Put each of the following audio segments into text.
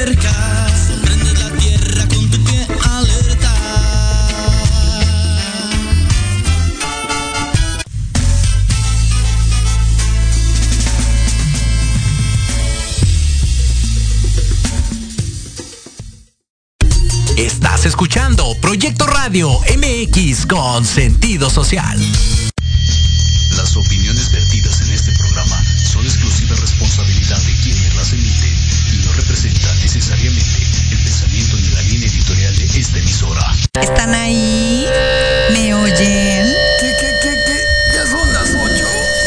cerca, sorprendes la tierra con tu pie alerta. Estás escuchando Proyecto Radio MX con sentido social. Las opiniones vertidas en este programa son exclusiva responsabilidad de quienes las emiten y no representan necesariamente el pensamiento ni la línea editorial de esta emisora. ¿Están ahí? ¿Me oyen? ¿Qué? Ya son las 8.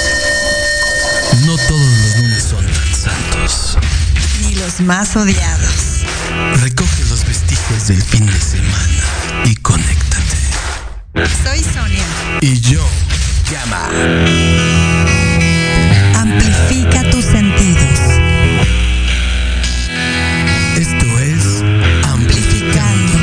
No todos los lunes son tan santos. Ni los más odiados. Recoge los vestigios del fin de semana y conéctate. Soy Sonia. Y yo, Llama. Amplifica tus sentidos. Esto es Amplificando.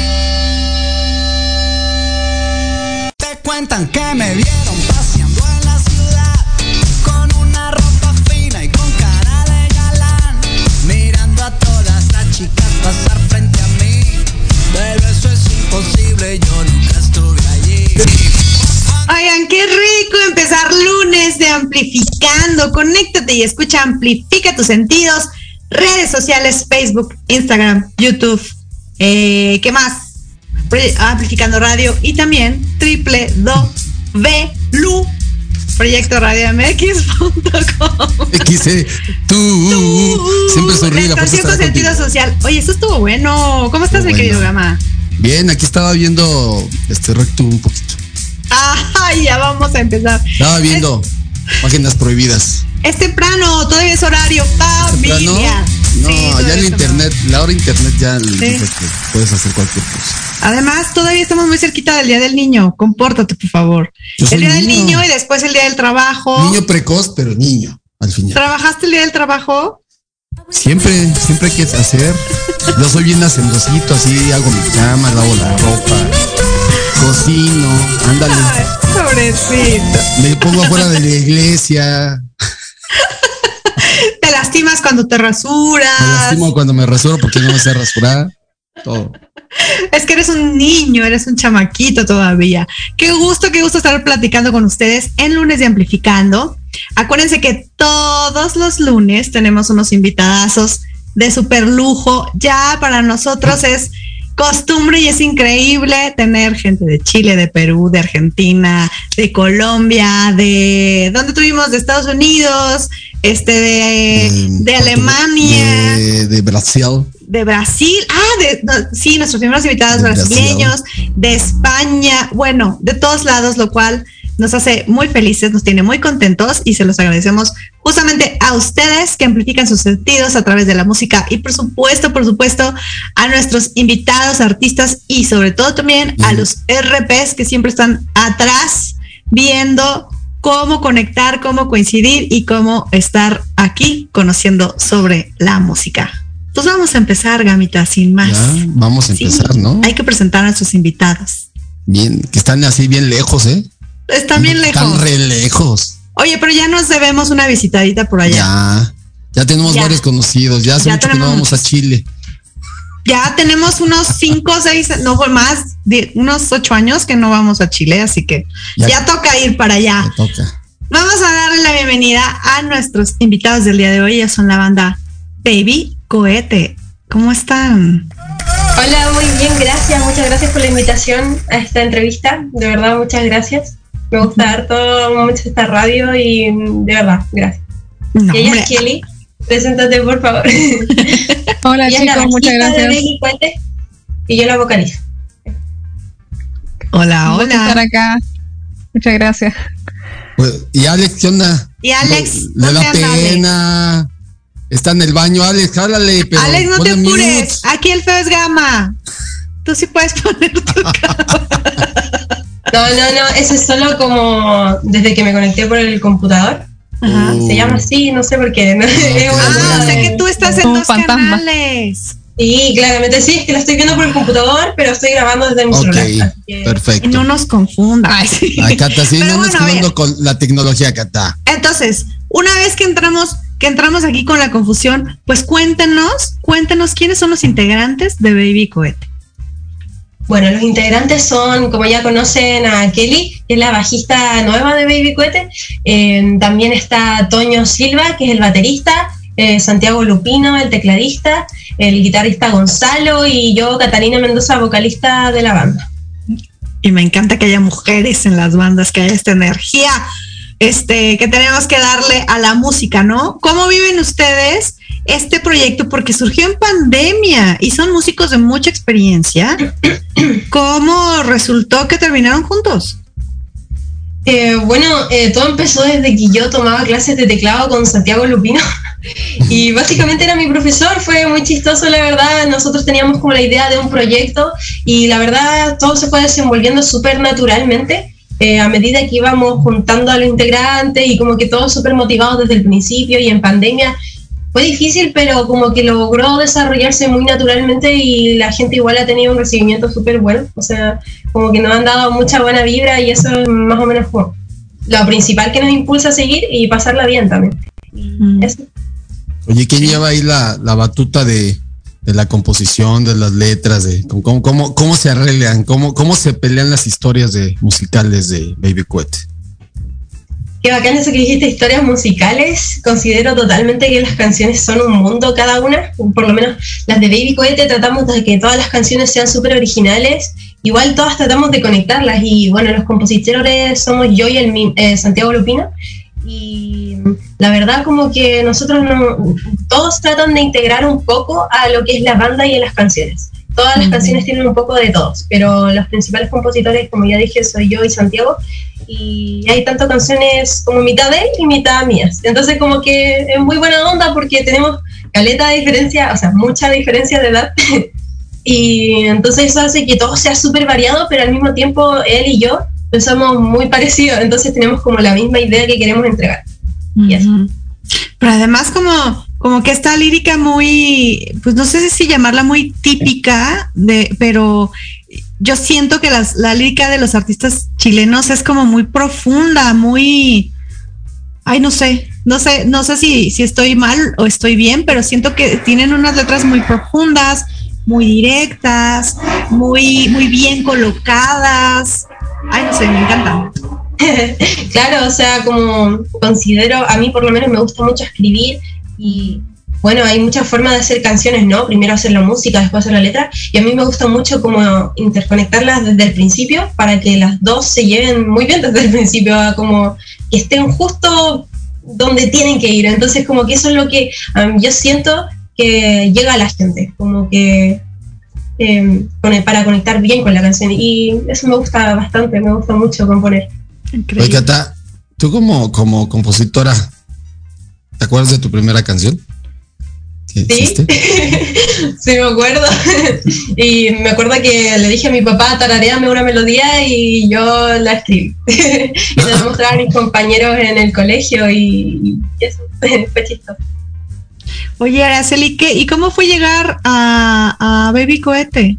Te cuentan que me vieron paseando en la ciudad con una ropa fina y con cara de galán, mirando a todas las chicas pasar frente a mí. Pero eso es imposible, yo nunca estuve allí. Oigan, qué rico empezar lunes de Amplificando. Conéctate y escucha Amplifica tus sentidos. Redes sociales, Facebook, Instagram, YouTube. ¿Qué más? Amplificando Radio y también www.proyectoradiomx.com. Tú siempre sonríe, la fuerza con estará sentido contigo. social. Oye, eso estuvo bueno. ¿Cómo estás, mi querido Gama? Bien, aquí estaba viendo Recto un poquito. Ay, ya vamos a empezar. Estaba viendo páginas prohibidas. Es temprano, todavía es horario familia. No, Sí, ya todavía en estamos. internet, la hora internet ya dice que puedes hacer cualquier cosa. Además, todavía estamos muy cerquita del Día del Niño. Compórtate, por favor. Yo soy El Día del niño. Niño y después el Día del Trabajo. Niño precoz, pero niño, al final. ¿Trabajaste el Día del Trabajo? Siempre hay que hacer. Yo soy bien hacendosito, así hago mi cama, lavo la ropa, cocino, ándale. Ay, pobrecito. Me pongo afuera de la iglesia. Te lastimas cuando te rasuras. Me lastimo cuando me rasuro porque no me sé rasurar. Todo. Es que eres un niño, eres un chamaquito todavía. Qué gusto estar platicando con ustedes en lunes de Amplificando. Acuérdense que todos los lunes tenemos unos invitadazos de super lujo. Ya para nosotros es costumbre y es increíble tener gente de Chile, de Perú, de Argentina, de Colombia, de ¿dónde tuvimos? De Estados Unidos, de Alemania, de Brasil. de Brasil, sí, nuestros primeros invitados De brasileños, de España, bueno, de todos lados, lo cual nos hace muy felices, nos tiene muy contentos y se los agradecemos justamente a ustedes que amplifican sus sentidos a través de la música y por supuesto, a nuestros invitados, artistas y sobre todo también a los RPs que siempre están atrás viendo cómo conectar, cómo coincidir y cómo estar aquí conociendo sobre la música. Pues vamos a empezar, Gamita, sin más. Ya, vamos a empezar, ¿no? Hay que presentar a nuestros invitados. Bien, que están así bien lejos, ¿eh? Están bien lejos. Están re lejos. Oye, pero ya nos debemos una visitadita por allá. Ya tenemos varios conocidos. Ya hace mucho que no vamos a Chile. Ya tenemos unos 5, 6, no más, unos 8 años que no vamos a Chile, así que ya toca ir para allá. Ya toca. Vamos a darle la bienvenida a nuestros invitados del día de hoy. Ellos son la banda Baby Cohete. ¿Cómo están? Hola, muy bien, gracias. Muchas gracias por la invitación a esta entrevista. De verdad, muchas gracias. Me gusta harto mucho esta radio y de verdad, gracias. No, y ella es Kelly. Preséntate, por favor. Hola, ella chicos, es la muchas bajista de gracias. Baby Cohete y yo la vocalizo. Hola, Un gusto estar hola. acá. Muchas gracias. Pues, ¿y Alex qué onda? Y Alex, Le ¿dónde da anda, pena. Está en el baño, Alex, jálale. Pero Alex, no te ponle apures. mute. Aquí el feo es Gama. Tú sí puedes poner tu cámara. No, eso es solo como desde que me conecté por el computador. Ajá. Se llama así, no sé por qué. ¿no? O sea que tú estás en Como 2 fantasma. canales. Sí, claramente sí, es que lo estoy viendo por el computador, pero estoy grabando desde mi celular. Así que- Perfecto. No nos confundas. Acá está, sí, Pero no nos bueno, a ver. jugando con la tecnología, acá está. Entonces, una vez que entramos, que entramos aquí con la confusión, pues cuéntenos quiénes son los integrantes de Baby Cohete. Bueno, los integrantes son, como ya conocen, a Kelly, que es la bajista nueva de Baby Cohete. También está Toño Silva, que es el baterista, Santiago Lupino, el tecladista, el guitarrista Gonzalo y yo, Catalina Mendoza, vocalista de la banda. Y me encanta que haya mujeres en las bandas, que haya esta energía que tenemos que darle a la música, ¿no? ¿Cómo viven ustedes este proyecto? Porque surgió en pandemia y son músicos de mucha experiencia. ¿Cómo resultó que terminaron juntos? Todo empezó desde que yo tomaba clases de teclado con Santiago Lupino y básicamente era mi profesor. Fue muy chistoso, la verdad. Nosotros teníamos como la idea de un proyecto y la verdad todo se fue desenvolviendo súper naturalmente a medida que íbamos juntando a los integrantes y como que todos súper motivados desde el principio. Y en pandemia fue difícil, pero como que logró desarrollarse muy naturalmente y la gente igual ha tenido un recibimiento súper bueno. O sea, como que nos han dado mucha buena vibra y eso es más o menos como lo principal que nos impulsa a seguir y pasarla bien también. Eso. Oye, ¿quién lleva ahí la batuta de la composición, de las letras, de cómo se arreglan, cómo se pelean las historias musicales de Baby Cohete? Qué bacán eso que dijiste, historias musicales. Considero totalmente que las canciones son un mundo cada una. Por lo menos las de Baby Cohete tratamos de que todas las canciones sean súper originales. Igual todas tratamos de conectarlas. Y bueno, los compositores somos yo y el Santiago Lupino. Y la verdad como que nosotros todos tratan de integrar un poco a lo que es la banda y en las canciones. Todas las canciones tienen un poco de todos, pero los principales compositores, como ya dije, soy yo y Santiago. Y hay tanto canciones como mitad de él y mitad mías. Entonces como que es muy buena onda porque tenemos caleta de diferencia, o sea, mucha diferencia de edad. Y entonces eso hace que todo sea súper variado, pero al mismo tiempo él y yo somos muy parecidos. Entonces tenemos como la misma idea que queremos entregar. Y eso. Pero además como que esta lírica muy, pues no sé si llamarla muy típica, pero yo siento que la lírica de los artistas chilenos es como muy profunda, muy, no sé si estoy mal o estoy bien, pero siento que tienen unas letras muy profundas, muy directas, muy bien colocadas. No sé, me encantan. Claro, o sea, como considero, a mí por lo menos me gusta mucho escribir y bueno, hay muchas formas de hacer canciones, ¿no? Primero hacer la música, después hacer la letra, y a mí me gusta mucho como interconectarlas desde el principio para que las dos se lleven muy bien desde el principio, como que estén justo donde tienen que ir. Entonces como que eso es lo que yo siento que llega a la gente, como que para conectar bien con la canción, y eso me gusta bastante, me gusta mucho componer. Oye, Cata, tú como compositora, ¿te acuerdas de tu primera canción? ¿Sí? Sí, me acuerdo. Y me acuerdo que le dije a mi papá, tararéame una melodía, y yo la escribí. Y se la mostraba a mis compañeros en el colegio y eso fue chistoso. Oye, Araceli, ¿y cómo fue llegar a Baby Cohete?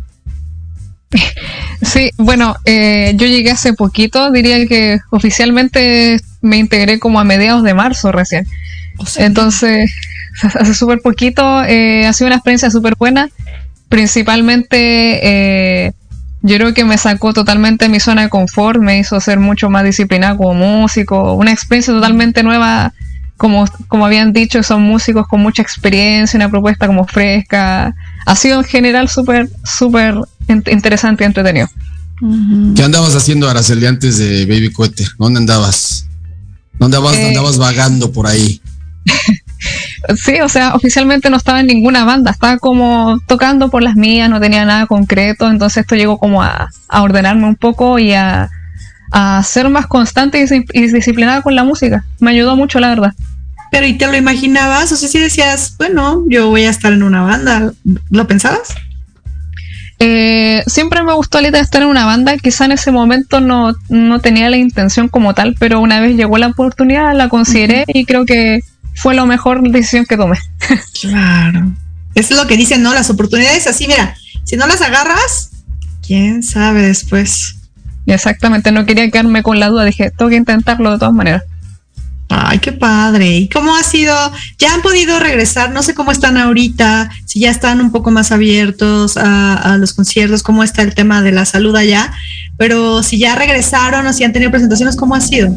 Sí, bueno, yo llegué hace poquito, diría que oficialmente me integré como a mediados de marzo recién. O sea, entonces, hace súper poquito, ha sido una experiencia súper buena. Principalmente, yo creo que me sacó totalmente de mi zona de confort, me hizo ser mucho más disciplinado como músico, una experiencia totalmente nueva. Como habían dicho, son músicos con mucha experiencia, una propuesta como fresca. Ha sido en general súper interesante y entretenido. ¿Qué andabas haciendo, Araceli, antes de Baby Cohete? ¿Dónde andabas? ¿Andabas vagando por ahí? Sí, o sea, oficialmente no estaba en ninguna banda, estaba como tocando por las mías, no tenía nada concreto, entonces esto llegó como a ordenarme un poco y a ser más constante y disciplinada con la música. Me ayudó mucho, la verdad. Pero ¿y te lo imaginabas? O sea, si decías, bueno, yo voy a estar en una banda, ¿lo pensabas? Siempre me gustó la idea de estar en una banda. Quizá en ese momento no tenía la intención como tal, pero una vez llegó la oportunidad, la consideré y creo que fue la mejor decisión que tomé. Claro. Es lo que dicen, ¿no? Las oportunidades así, mira, si no las agarras, quién sabe después. Exactamente, no quería quedarme con la duda, dije, tengo que intentarlo de todas maneras. Ay, qué padre. ¿Y cómo ha sido? ¿Ya han podido regresar? No sé cómo están ahorita, si ya están un poco más abiertos a los conciertos, cómo está el tema de la salud allá, pero si ya regresaron o si han tenido presentaciones, ¿cómo ha sido?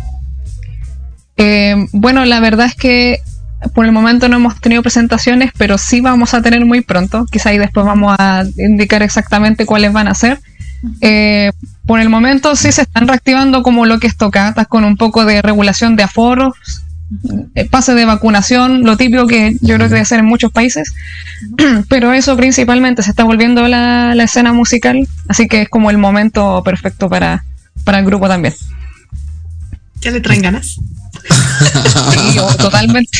Bueno, la verdad es que por el momento no hemos tenido presentaciones, pero sí vamos a tener muy pronto. Quizá ahí después vamos a indicar exactamente cuáles van a ser. Por el momento sí se están reactivando como lo que es tocatas, con un poco de regulación de aforos, pase de vacunación, lo típico que yo creo que debe ser en muchos países, pero eso principalmente se está volviendo la escena musical, así que es como el momento perfecto para el grupo también. ¿Ya le traen ganas? Sí, totalmente.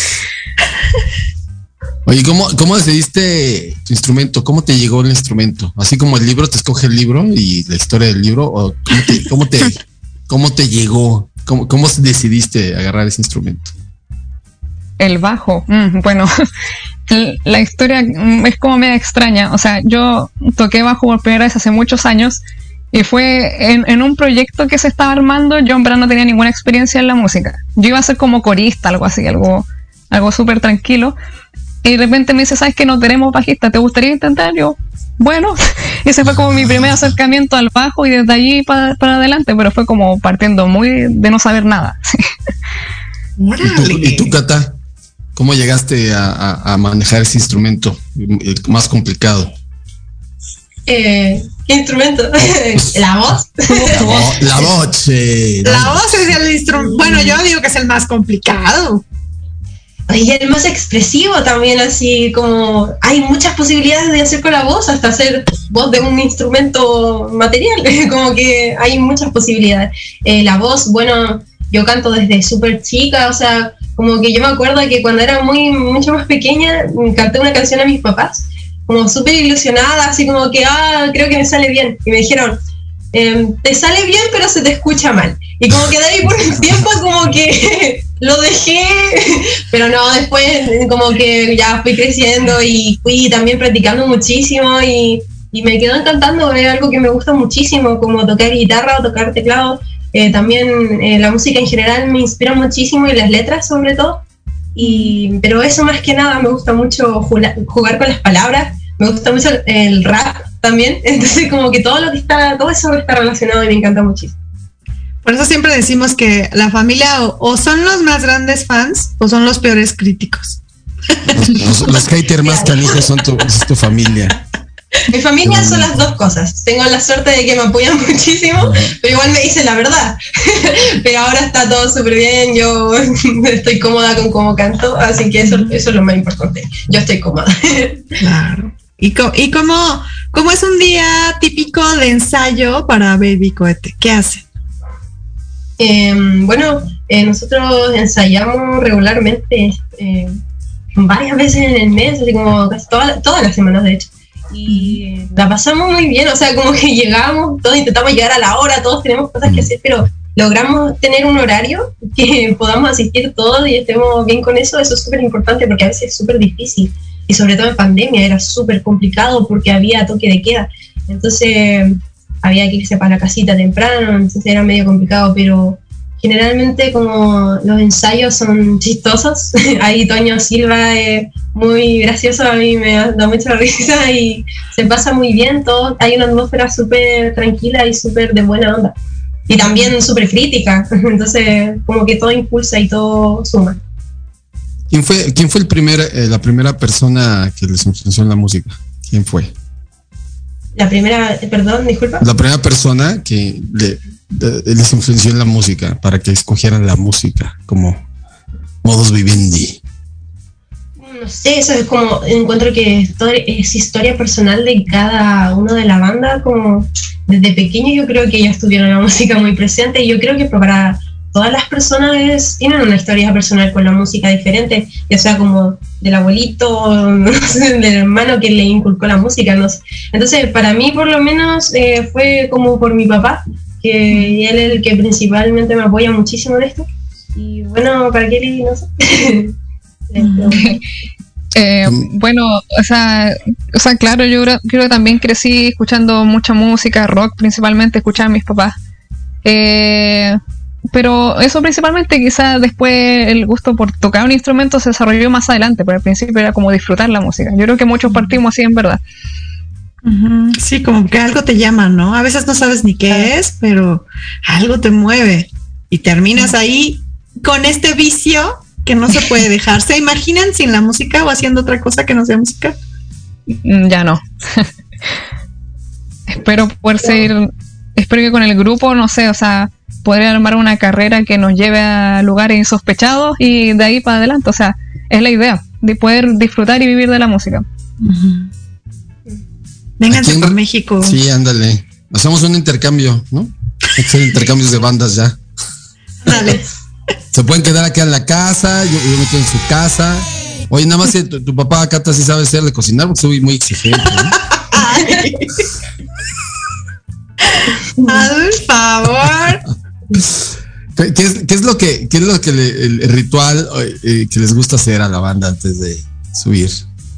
Oye, ¿cómo decidiste tu instrumento? ¿Cómo te llegó el instrumento? ¿Así como el libro te escoge el libro y la historia del libro? ¿O cómo te llegó? ¿Cómo decidiste agarrar ese instrumento? El bajo. Bueno, la historia es como media extraña. O sea, yo toqué bajo por primera vez hace muchos años y fue en un proyecto que se estaba armando. Yo en verdad no tenía ninguna experiencia en la música. Yo iba a ser como corista, algo así, algo súper tranquilo. Y de repente me dice, ¿sabes que no tenemos bajista? ¿Te gustaría intentar? Yo, bueno, ese fue como mi primer acercamiento al bajo y desde allí para adelante, pero fue como partiendo muy de no saber nada. Sí. ¿Y tú, Cata? ¿Cómo llegaste a manejar ese instrumento más complicado? ¿Qué instrumento? ¿La voz? La voz. La voz es el instrumento. Bueno, yo digo que es el más complicado. Y el más expresivo también, así como hay muchas posibilidades de hacer con la voz, hasta hacer voz de un instrumento material, como que hay muchas posibilidades. La voz, bueno, yo canto desde súper chica, o sea, como que yo me acuerdo que cuando era mucho más pequeña, canté una canción a mis papás, como súper ilusionada, así como que, creo que me sale bien. Y me dijeron, te sale bien, pero se te escucha mal. Y como que de ahí por un tiempo como que lo dejé, pero no, después como que ya fui creciendo y fui también practicando muchísimo y me quedó encantando. Es algo que me gusta muchísimo, como tocar guitarra o tocar teclado. También la música en general me inspira muchísimo y las letras sobre todo. Pero eso más que nada, me gusta mucho jugar con las palabras, me gusta mucho el rap también, entonces como que todo eso está relacionado y me encanta muchísimo. Por eso siempre decimos que la familia o son los más grandes fans o son los peores críticos. Los haters más canijos es tu familia. Mi familia son las dos cosas. Tengo la suerte de que me apoyan muchísimo, pero igual me dicen la verdad. Pero ahora está todo súper bien, yo estoy cómoda con cómo canto, así que eso es lo más importante. Yo estoy cómoda. Claro. ¿Y cómo es un día típico de ensayo para Baby Cohete? ¿Qué hacen? Bueno, nosotros ensayamos regularmente varias veces en el mes, así como casi todas las semanas de hecho. Y la pasamos muy bien, o sea, como que llegamos, todos intentamos llegar a la hora, todos tenemos cosas que hacer, pero logramos tener un horario que podamos asistir todos y estemos bien con eso. Eso es súper importante porque a veces es súper difícil y sobre todo en pandemia era súper complicado porque había toque de queda, entonces había que irse para la casita temprano, entonces era medio complicado, pero generalmente como los ensayos son chistosos, ahí Toño Silva es muy gracioso, a mí me da mucha risa y se pasa muy bien, todo, hay una atmósfera súper tranquila y súper de buena onda, y también súper crítica, entonces como que todo impulsa y todo suma. ¿Quién fue la primera persona que les influenció en la música? ¿Quién fue? La primera, perdón, disculpa. La primera persona que les influenció en la música, para que escogieran la música como modus vivendi. No sé, eso es como, encuentro que es historia personal de cada uno de la banda, como desde pequeño yo creo que ellos tuvieron la música muy presente y yo creo que para todas las personas tienen una historia personal con la música diferente, ya sea como del abuelito, no sé, del hermano que le inculcó la música, no sé. Entonces, para mí, por lo menos, fue como por mi papá, que él es el que principalmente me apoya muchísimo en esto. Y bueno, para Kelly, no sé. Bueno, o sea, claro, yo creo que también crecí escuchando mucha música, rock principalmente, escuchaba a mis papás. pero eso principalmente, quizás después el gusto por tocar un instrumento se desarrolló más adelante, pero al principio era como disfrutar la música. Yo creo que muchos partimos así, en verdad. Sí, como que algo te llama, ¿no? A veces no sabes ni qué es, pero algo te mueve y terminas ahí con este vicio que no se puede dejar. ¿Se imaginan sin la música o haciendo otra cosa que no sea música? Ya no. Espero poder seguir, espero que con el grupo, no sé, o sea, poder armar una carrera que nos lleve a lugares insospechados y de ahí para adelante. O sea, es la idea de poder disfrutar y vivir de la música. Vénganse por México. Sí, ándale. Hacemos un intercambio, ¿no? Hay que hacer intercambios de bandas ya. Dale. Se pueden quedar acá en la casa, yo me quedo en su casa. Oye, nada más tu papá, Cata, sí sabe hacerle cocinar porque soy muy exigente, ¿no? Por favor. ¿Qué es lo que el ritual que les gusta hacer a la banda antes de subir?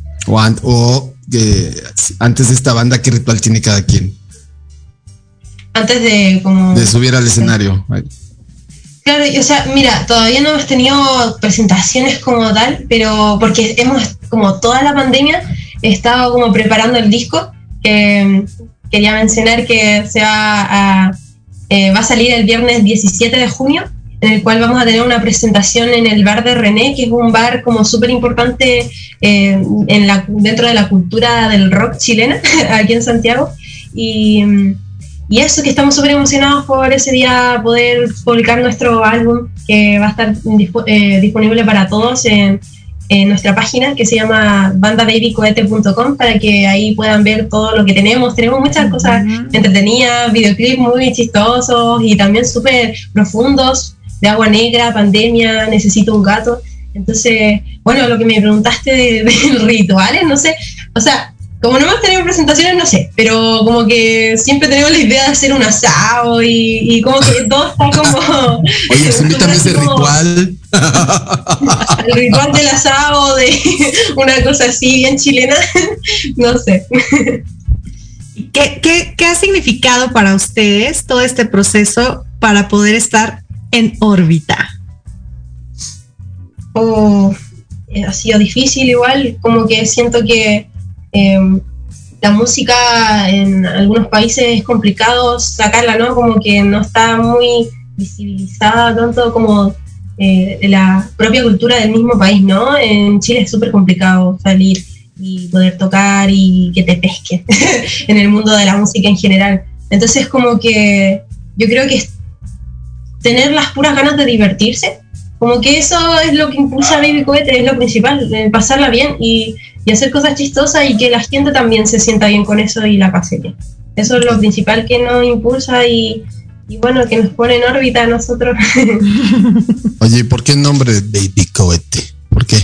Antes de esta banda, ¿qué ritual tiene cada quien? Antes de subir al escenario. Claro, o sea, mira, todavía no hemos tenido presentaciones como tal, pero porque como toda la pandemia, estado como preparando el disco. Quería mencionar que va a salir el viernes 17 de junio, en el cual vamos a tener una presentación en el bar de René, que es un bar como súper importante dentro de la cultura del rock chilena, aquí en Santiago. Y eso, que estamos súper emocionados por ese día poder publicar nuestro álbum, que va a estar disponible para todos en nuestra página, que se llama bandababycohete.com, para que ahí puedan ver todo lo que tenemos. Tenemos muchas cosas entretenidas, videoclips muy chistosos y también súper profundos, de Agua Negra, Pandemia, Necesito un gato. Entonces, bueno, lo que me preguntaste de rituales, no sé, o sea, como no hemos tenido presentaciones, no sé, pero como que siempre tenemos la idea de hacer un asado y como que todo está como... Oye, invítame ese ritual. El ritual del asado, de una cosa así bien chilena, no sé. ¿Qué ha significado para ustedes todo este proceso para poder estar en órbita? Ha sido difícil igual, como que siento que la música en algunos países es complicado sacarla, ¿no? Como que no está muy visibilizada tanto como la propia cultura del mismo país, ¿no? En Chile es súper complicado salir y poder tocar y que te pesquen en el mundo de la música en general. Entonces como que yo creo que es tener las puras ganas de divertirse, como que eso es lo que impulsa a Baby Cohete, es lo principal, pasarla bien y hacer cosas chistosas y que la gente también se sienta bien con eso y la pase bien. Eso es lo principal que nos impulsa y bueno, que nos pone en órbita a nosotros. Oye, ¿por qué el nombre de Baby Cohete? ¿Por qué?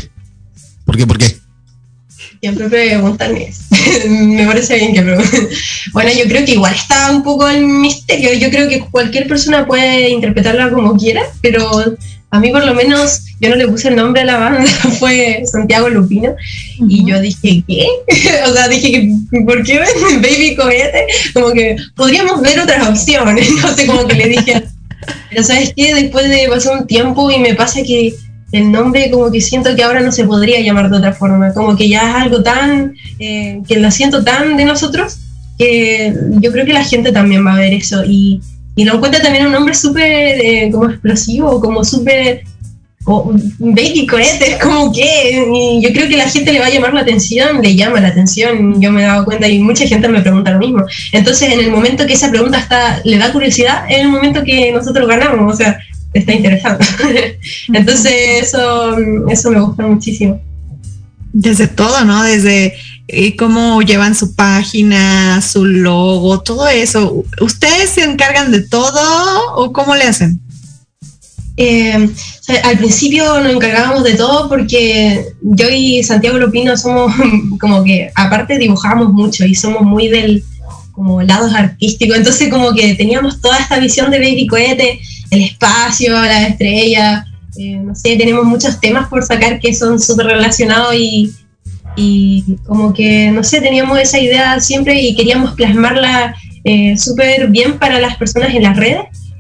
Siempre preguntan eso. Me parece bien que pregunten. Bueno, yo creo que igual está un poco el misterio. Yo creo que cualquier persona puede interpretarla como quiera, pero a mí por lo menos, yo no le puse el nombre a la banda, fue Santiago Lupino, y yo dije, ¿qué? O sea, dije, ¿por qué Baby Cohete? Como que podríamos ver otras opciones, no sé, como que le dije, pero ¿sabes qué? Después de pasar un tiempo y me pasa que el nombre como que siento que ahora no se podría llamar de otra forma, como que ya es algo tan, que lo siento tan de nosotros, que yo creo que la gente también va a ver eso, y lo encuentra también un nombre súper como explosivo, como súper Baby Cohete, es como que, y yo creo que la gente le va a llamar la atención, le llama la atención, yo me he dado cuenta y mucha gente me pregunta lo mismo. Entonces en el momento que esa pregunta le da curiosidad, es el momento que nosotros ganamos, o sea, está interesante. Entonces eso me gusta muchísimo. Desde todo, ¿no? Desde cómo llevan su página, su logo, todo eso. ¿Ustedes se encargan de todo o cómo le hacen? O sea, al principio nos encargábamos de todo porque yo y Santiago Lupino somos como que aparte dibujamos mucho y somos muy del como lado artístico, entonces como que teníamos toda esta visión de Baby Cohete, el espacio, la estrella, no sé, tenemos muchos temas por sacar que son súper relacionados y como que, no sé, teníamos esa idea siempre y queríamos plasmarla súper bien para las personas en las redes.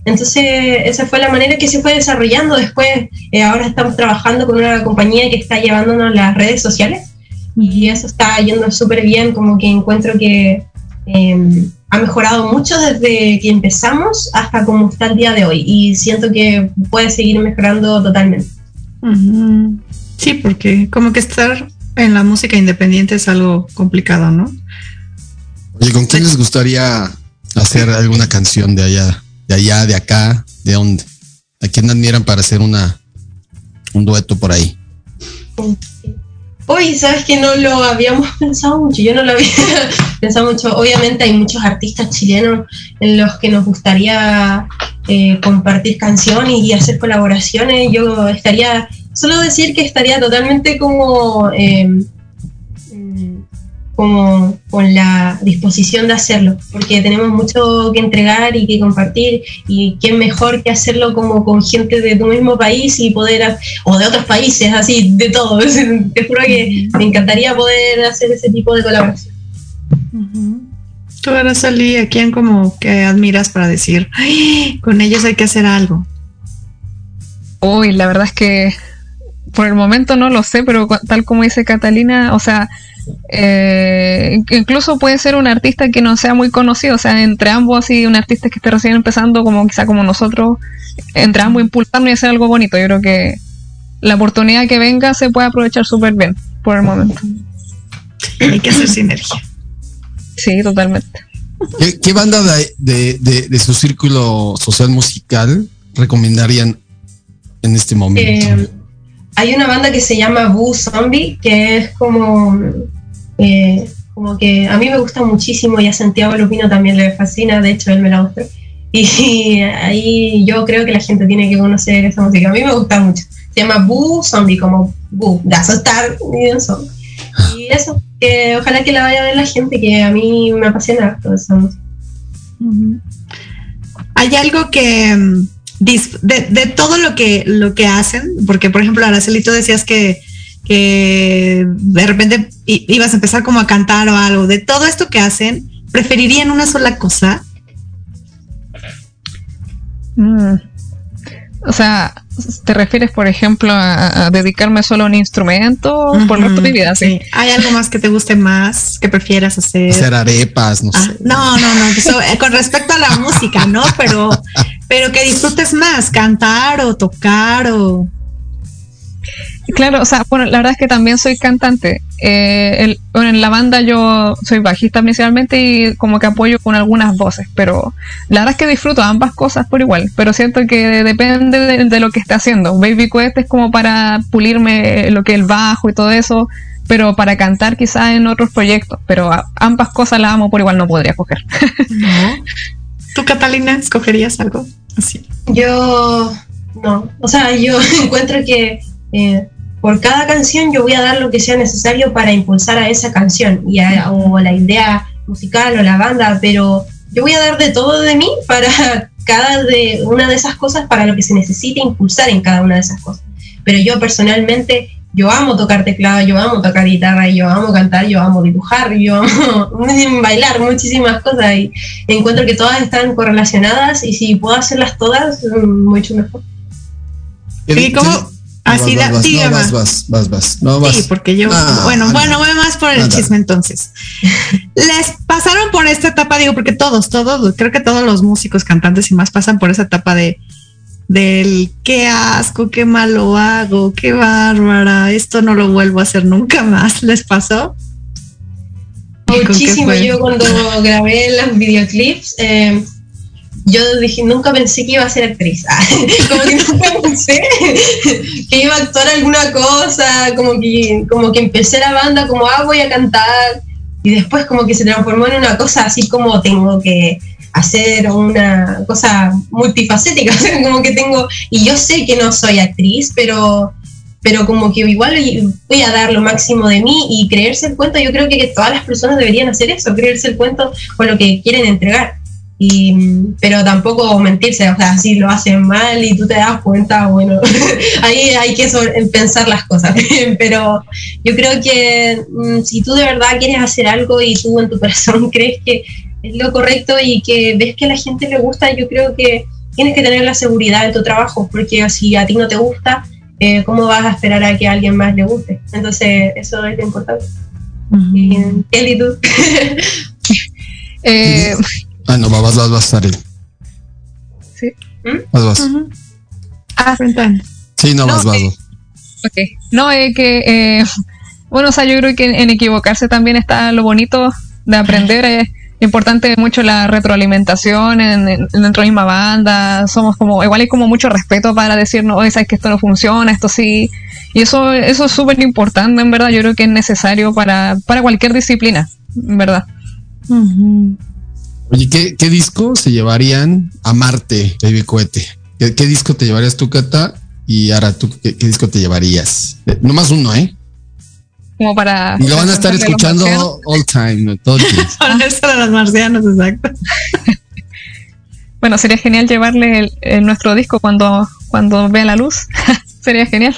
Entonces esa fue la manera que se fue desarrollando. Después ahora estamos trabajando con una compañía que está llevándonos las redes sociales y eso está yendo súper bien, como que encuentro que ha mejorado mucho desde que empezamos hasta como está el día de hoy y siento que puede seguir mejorando totalmente. Sí, porque como que estar en la música independiente es algo complicado, ¿no? Oye, ¿con quién les gustaría hacer alguna canción de allá, de acá, de dónde? ¿A quién admiran para hacer un dueto por ahí? Uy, sabes que no lo habíamos pensado mucho, yo no lo había pensado mucho. Obviamente hay muchos artistas chilenos en los que nos gustaría compartir canciones y hacer colaboraciones. Yo estaría, solo decir que estaría totalmente como con la disposición de hacerlo, porque tenemos mucho que entregar y que compartir, y qué mejor que hacerlo como con gente de tu mismo país y poder, o de otros países, así, de todo. Te juro que me encantaría poder hacer ese tipo de colaboración. Tú, Araceli, ¿a quién como que admiras para decir, ay, con ellos hay que hacer algo? Uy, la verdad es que por el momento no lo sé, pero tal como dice Catalina, o sea, incluso puede ser un artista que no sea muy conocido, o sea, entre ambos, así, un artista que esté recién empezando, como quizá como nosotros, entre ambos impulsarnos y hacer algo bonito. Yo creo que la oportunidad que venga se puede aprovechar súper bien por el momento. Hay que hacer sinergia. Sí, totalmente. ¿Qué banda de su círculo social musical recomendarían en este momento? Hay una banda que se llama Boo Zombie, que es como que a mí me gusta muchísimo y a Santiago Lupino también le fascina, de hecho él me la mostró. Y ahí yo creo que la gente tiene que conocer esa música. A mí me gusta mucho. Se llama Boo Zombie, como Boo, de asustar y un zombie. Y eso, que ojalá que la vaya a ver la gente, que a mí me apasiona toda esa música. Hay algo que de todo lo que hacen, porque por ejemplo Araceli, tú decías que de repente ibas a empezar como a cantar o algo, de todo esto que hacen, ¿preferirían una sola cosa? O sea, ¿te refieres, por ejemplo, a dedicarme solo a un instrumento por el resto de mi vida? Sí. ¿Hay algo más que te guste más, que prefieras hacer? Hacer arepas, no sé. No. Con respecto a la música, ¿no? Pero que disfrutes más, cantar o tocar o... Claro, o sea, bueno, la verdad es que también soy cantante. En la banda yo soy bajista principalmente y como que apoyo con algunas voces, pero la verdad es que disfruto ambas cosas por igual, pero siento que depende de lo que esté haciendo. Baby Quest es como para pulirme lo que es el bajo y todo eso, pero para cantar quizás en otros proyectos, pero ambas cosas las amo por igual, no podría escoger. No. ¿Tú, Catalina, escogerías algo así? Yo no, o sea, yo encuentro que por cada canción yo voy a dar lo que sea necesario para impulsar a esa canción o la idea musical o la banda, pero yo voy a dar de todo de mí para cada una de esas cosas, para lo que se necesite impulsar en cada una de esas cosas. Pero yo personalmente, yo amo tocar teclado, yo amo tocar guitarra, yo amo cantar, yo amo dibujar, yo amo bailar, muchísimas cosas, y encuentro que todas están correlacionadas y si puedo hacerlas todas, mucho mejor. ¿Y cómo? Así vas. No, vas. Sí, porque yo, bueno, voy más por el chisme entonces. Les pasaron por esta etapa, digo, porque todos, creo que todos los músicos, cantantes y más pasan por esa etapa del qué asco, qué mal lo hago, qué bárbara, esto no lo vuelvo a hacer nunca más. ¿Les pasó? Muchísimo. Yo cuando grabé los videoclips, yo dije, nunca pensé que iba a ser actriz. Como que nunca pensé que iba a actuar alguna cosa, como que empecé la banda como, voy a cantar, y después como que se transformó en una cosa así como tengo que hacer una cosa multifacética, como que tengo, y yo sé que no soy actriz, pero como que igual voy a dar lo máximo de mí y creerse el cuento. Yo creo que todas las personas deberían hacer eso, creerse el cuento con lo que quieren entregar. Pero tampoco mentirse, o sea, si lo hacen mal y tú te das cuenta, bueno, ahí hay que pensar las cosas. Pero yo creo que si tú de verdad quieres hacer algo y tú en tu corazón crees que es lo correcto y que ves que a la gente le gusta, yo creo que tienes que tener la seguridad en tu trabajo, porque si a ti no te gusta, ¿cómo vas a esperar a que a alguien más le guste? Entonces, eso es lo importante. Kelly, tú. No, vas, Ariel. Sí. Vas. Sí, vas. Ok. No, es que, bueno, o sea, yo creo que en equivocarse también está lo bonito de aprender. Es importante mucho la retroalimentación dentro de la misma banda. Somos como, igual hay como mucho respeto para decirnos, oye, sabes que esto no funciona, esto sí. Y eso es súper importante, en verdad. Yo creo que es necesario para cualquier disciplina, en verdad. Oye, ¿qué disco se llevarían a Marte, Baby Cohete? ¿Qué disco te llevarías tú, Cata? Y ahora tú, ¿qué disco te llevarías? Nomás uno, ¿eh? Como para... Y lo van a estar escuchando all time, ¿no? Todo el tiempo. Para eso de los marcianos, exacto. Bueno, sería genial llevarle nuestro disco cuando vea la luz. Sería genial.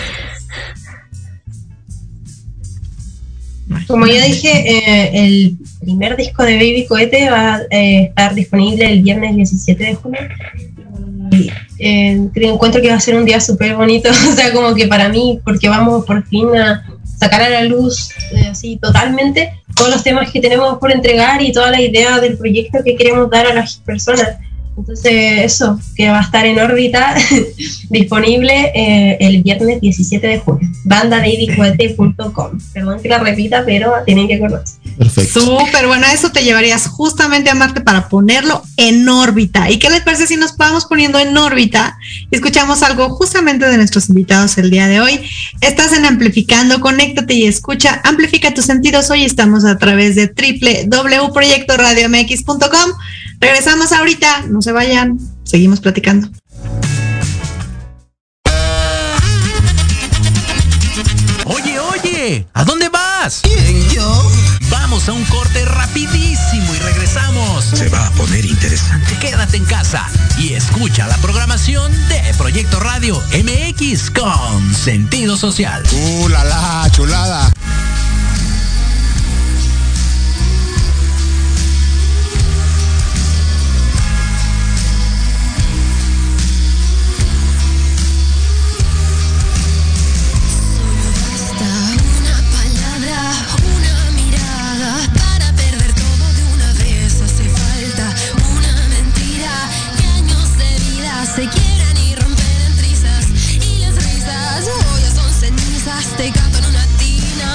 Como ya dije, el primer disco de Baby Cohete va a estar disponible el viernes 17 de junio. Y encuentro que va a ser un día súper bonito, o sea, como que para mí, porque vamos por fin a sacar a la luz así totalmente todos los temas que tenemos por entregar y toda la idea del proyecto que queremos dar a las personas. Entonces eso, que va a estar en órbita disponible el viernes 17 de junio. bandababycohete.com. Perdón que la repita, pero tienen que acordarse. Perfecto. Súper, bueno, eso te llevarías justamente a Marte para ponerlo en órbita. ¿Y qué les parece si nos vamos poniendo en órbita y escuchamos algo justamente de nuestros invitados el día de hoy? Estás en Amplificando, conéctate y escucha, amplifica tus sentidos. Hoy estamos a través de www.proyectoradiomx.com. Regresamos ahorita, no se vayan, seguimos platicando. Oye, ¿a dónde vas? ¿Quién, yo? Vamos a un corte rapidísimo y regresamos. Se va a poner interesante. Quédate en casa y escucha la programación de Proyecto Radio MX con sentido social. La chulada. Se quieren y romper en trizas y las risas hoy ya son cenizas. Te canto en una tina.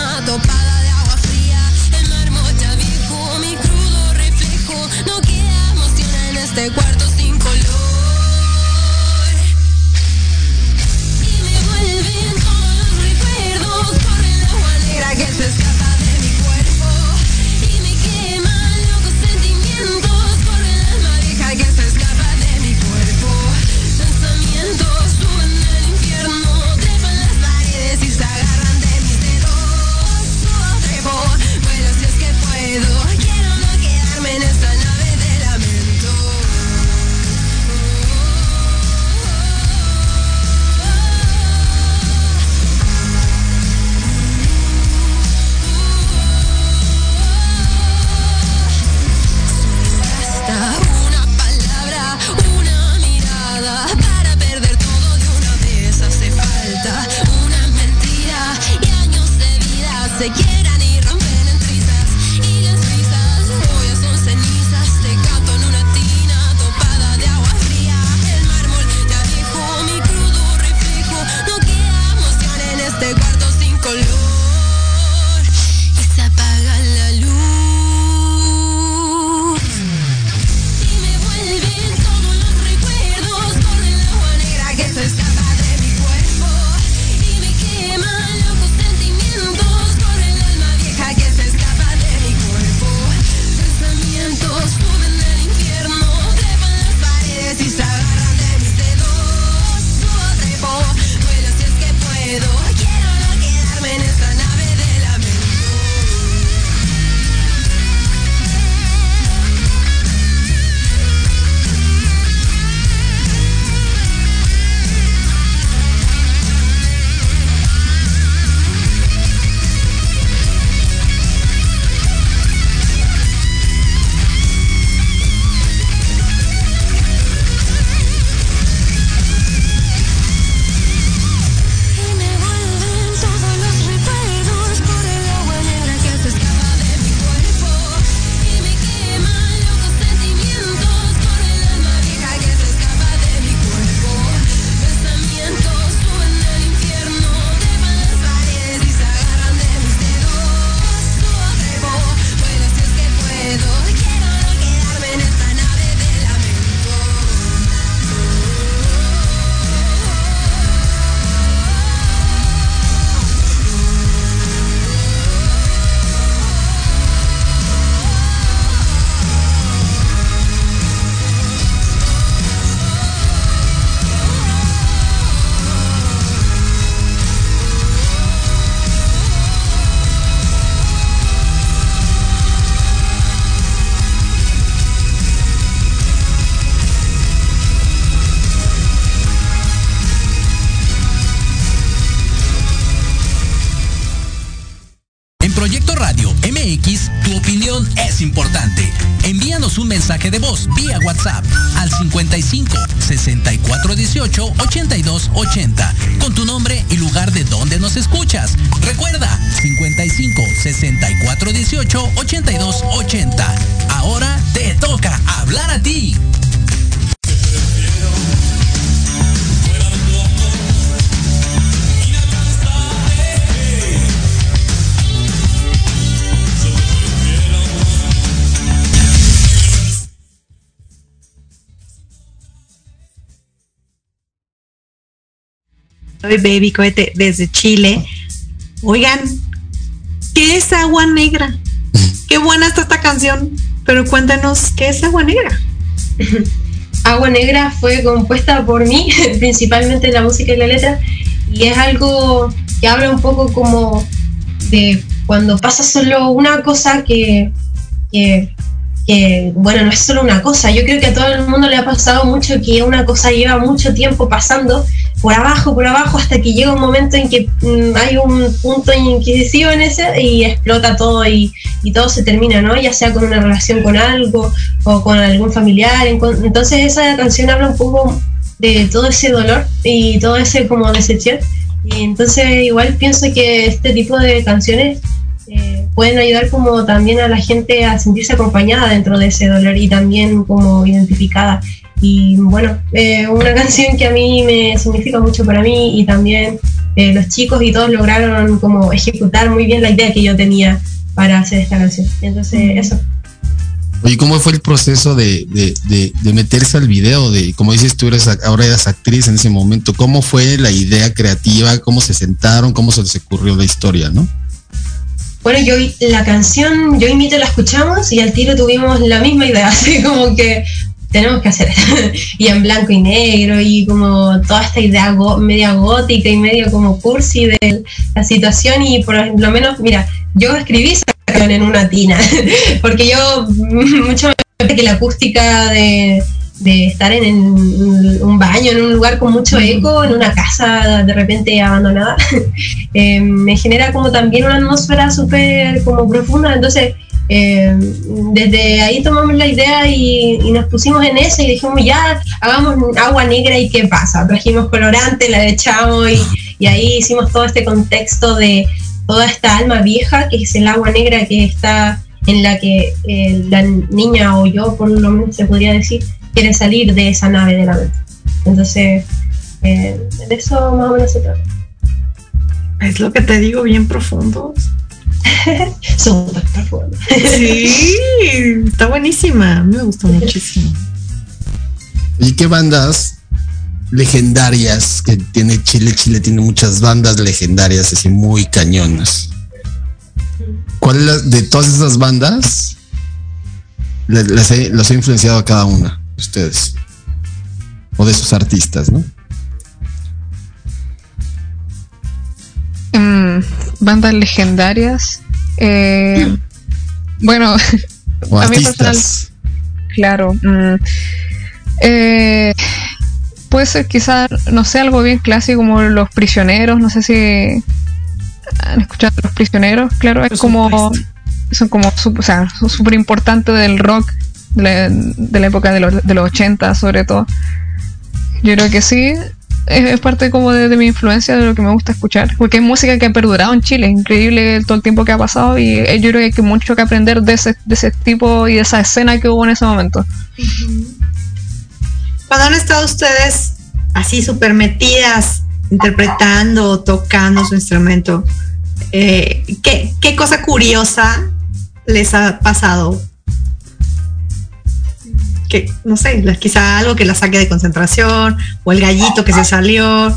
participación es importante. Envíanos un mensaje de voz vía WhatsApp al 55 64 18 82 80 con tu nombre y lugar de donde nos escuchas. Recuerda, 55 64 18 82 80. Ahora te toca hablar a ti. Soy Baby Cohete desde Chile. Oigan, ¿qué es Agua Negra? Qué buena está esta canción, pero cuéntanos, ¿qué es Agua Negra? Agua Negra fue compuesta por mí, principalmente la música y la letra, y es algo que habla un poco como de cuando pasa solo una cosa que bueno, no es solo una cosa. Yo creo que a todo el mundo le ha pasado mucho que una cosa lleva mucho tiempo pasando por abajo, hasta que llega un momento en que hay un punto incisivo en ese y explota todo y todo se termina, ¿no? Ya sea con una relación con algo o con algún familiar. Entonces esa canción habla un poco de todo ese dolor y todo ese como decepción. Y entonces igual pienso que este tipo de canciones pueden ayudar como también a la gente a sentirse acompañada dentro de ese dolor y también como identificada. Y bueno, una canción que a mí me significa mucho para mí, y también los chicos y todos lograron como ejecutar muy bien la idea que yo tenía para hacer esta canción. Entonces eso. Oye, ¿cómo fue el proceso de meterse al video? Como dices, ahora eras actriz en ese momento. ¿Cómo fue la idea creativa? ¿Cómo se sentaron? ¿Cómo se les ocurrió la historia, no? Bueno, la canción, yo y Mito la escuchamos y al tiro tuvimos la misma idea, así como que tenemos que hacer y en blanco y negro y como toda esta idea media gótica y medio como cursi de la situación. Y por lo menos, mira, yo escribí esa canción en una tina porque yo mucho me parece que la acústica de estar en un baño, en un lugar con mucho eco, en una casa de repente abandonada, me genera como también una atmósfera súper como profunda. Entonces desde ahí tomamos la idea y nos pusimos en eso y dijimos, ya, hagamos Agua Negra y qué pasa. Trajimos colorante, la echamos y ahí hicimos todo este contexto de toda esta alma vieja que es el agua negra que está en la que la niña, o yo por lo menos se podría decir, quiere salir de esa nave de la mente. Entonces de eso más o menos se trata. Es lo que te digo, bien profundos. Súper profundo. Sí, está buenísima, a mí me gustó muchísimo. ¿Y qué bandas legendarias que tiene Chile? Chile tiene muchas bandas legendarias así muy cañonas. ¿Cuál de todas esas bandas los ha influenciado a cada una de ustedes? O de sus artistas, ¿no? Bandas legendarias. Bueno, o a mí artistas. personal, claro. Puede ser quizás, no sé, algo bien clásico como Los Prisioneros. No sé si han escuchado Los Prisioneros. Claro, es como, son como, o sea, son súper importantes del rock de la época de los 80 sobre todo. Yo creo que sí, es parte como de mi influencia, de lo que me gusta escuchar, porque es música que ha perdurado en Chile. Es increíble todo el tiempo que ha pasado y yo creo que hay mucho que aprender de ese tipo y de esa escena que hubo en ese momento. Cuando han estado ustedes así súper metidas, interpretando, tocando su instrumento, ¿qué cosa curiosa les ha pasado? Que no sé, quizá algo que la saque de concentración, o el gallito que se salió.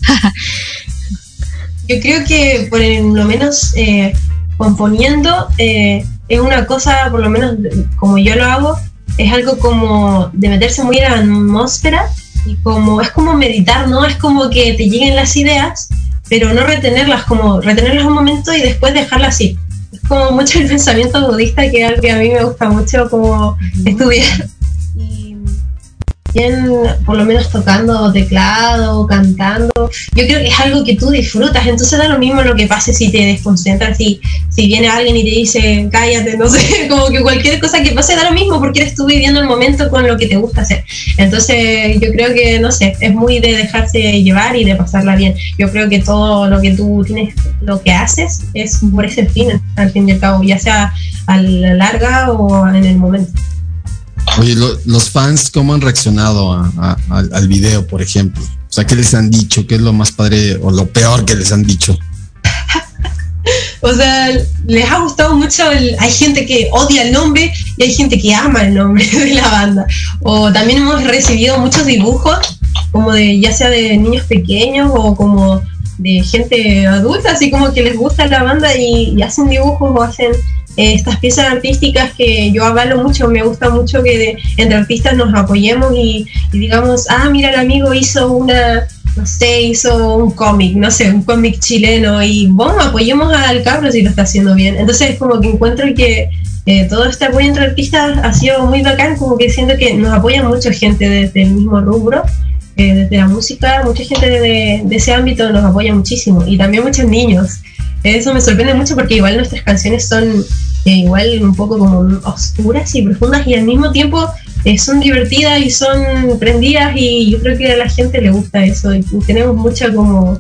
Yo creo que por lo menos componiendo es una cosa, por lo menos como yo lo hago, es algo como de meterse muy en la atmósfera y como es como meditar, ¿no? Es como que te lleguen las ideas, pero no retenerlas, como retenerlas un momento y después dejarlas ir. Es como mucho el pensamiento budista, que es algo que a mí me gusta mucho como estudiar. por lo menos tocando teclado, cantando, yo creo que es algo que tú disfrutas, entonces da lo mismo lo que pase si te desconcentras, si viene alguien y te dice cállate, no sé, como que cualquier cosa que pase da lo mismo porque eres tú viviendo el momento con lo que te gusta hacer. Entonces yo creo que, no sé, es muy de dejarse llevar y de pasarla bien. Yo creo que todo lo que tú tienes, lo que haces es por ese fin, al fin y al cabo, ya sea a la larga o en el momento. Oye, los fans, ¿cómo han reaccionado al video, por ejemplo? O sea, ¿qué les han dicho? ¿Qué es lo más padre o lo peor que les han dicho? O sea, les ha gustado mucho, hay gente que odia el nombre y hay gente que ama el nombre de la banda. O también hemos recibido muchos dibujos, como de, ya sea de niños pequeños o como de gente adulta, así como que les gusta la banda y hacen dibujos o hacen estas piezas artísticas que yo avalo mucho. Me gusta mucho que entre artistas nos apoyemos y digamos, mira, el amigo hizo hizo un cómic, no sé, un cómic chileno y bueno, apoyemos al cabro si lo está haciendo bien. Entonces como que encuentro que todo este apoyo entre artistas ha sido muy bacán, como que siento que nos apoya mucha gente desde el mismo rubro, desde la música, mucha gente de ese ámbito nos apoya muchísimo y también muchos niños. Eso me sorprende mucho porque igual nuestras canciones son igual un poco como oscuras y profundas y al mismo tiempo son divertidas y son prendidas y yo creo que a la gente le gusta eso y tenemos mucha como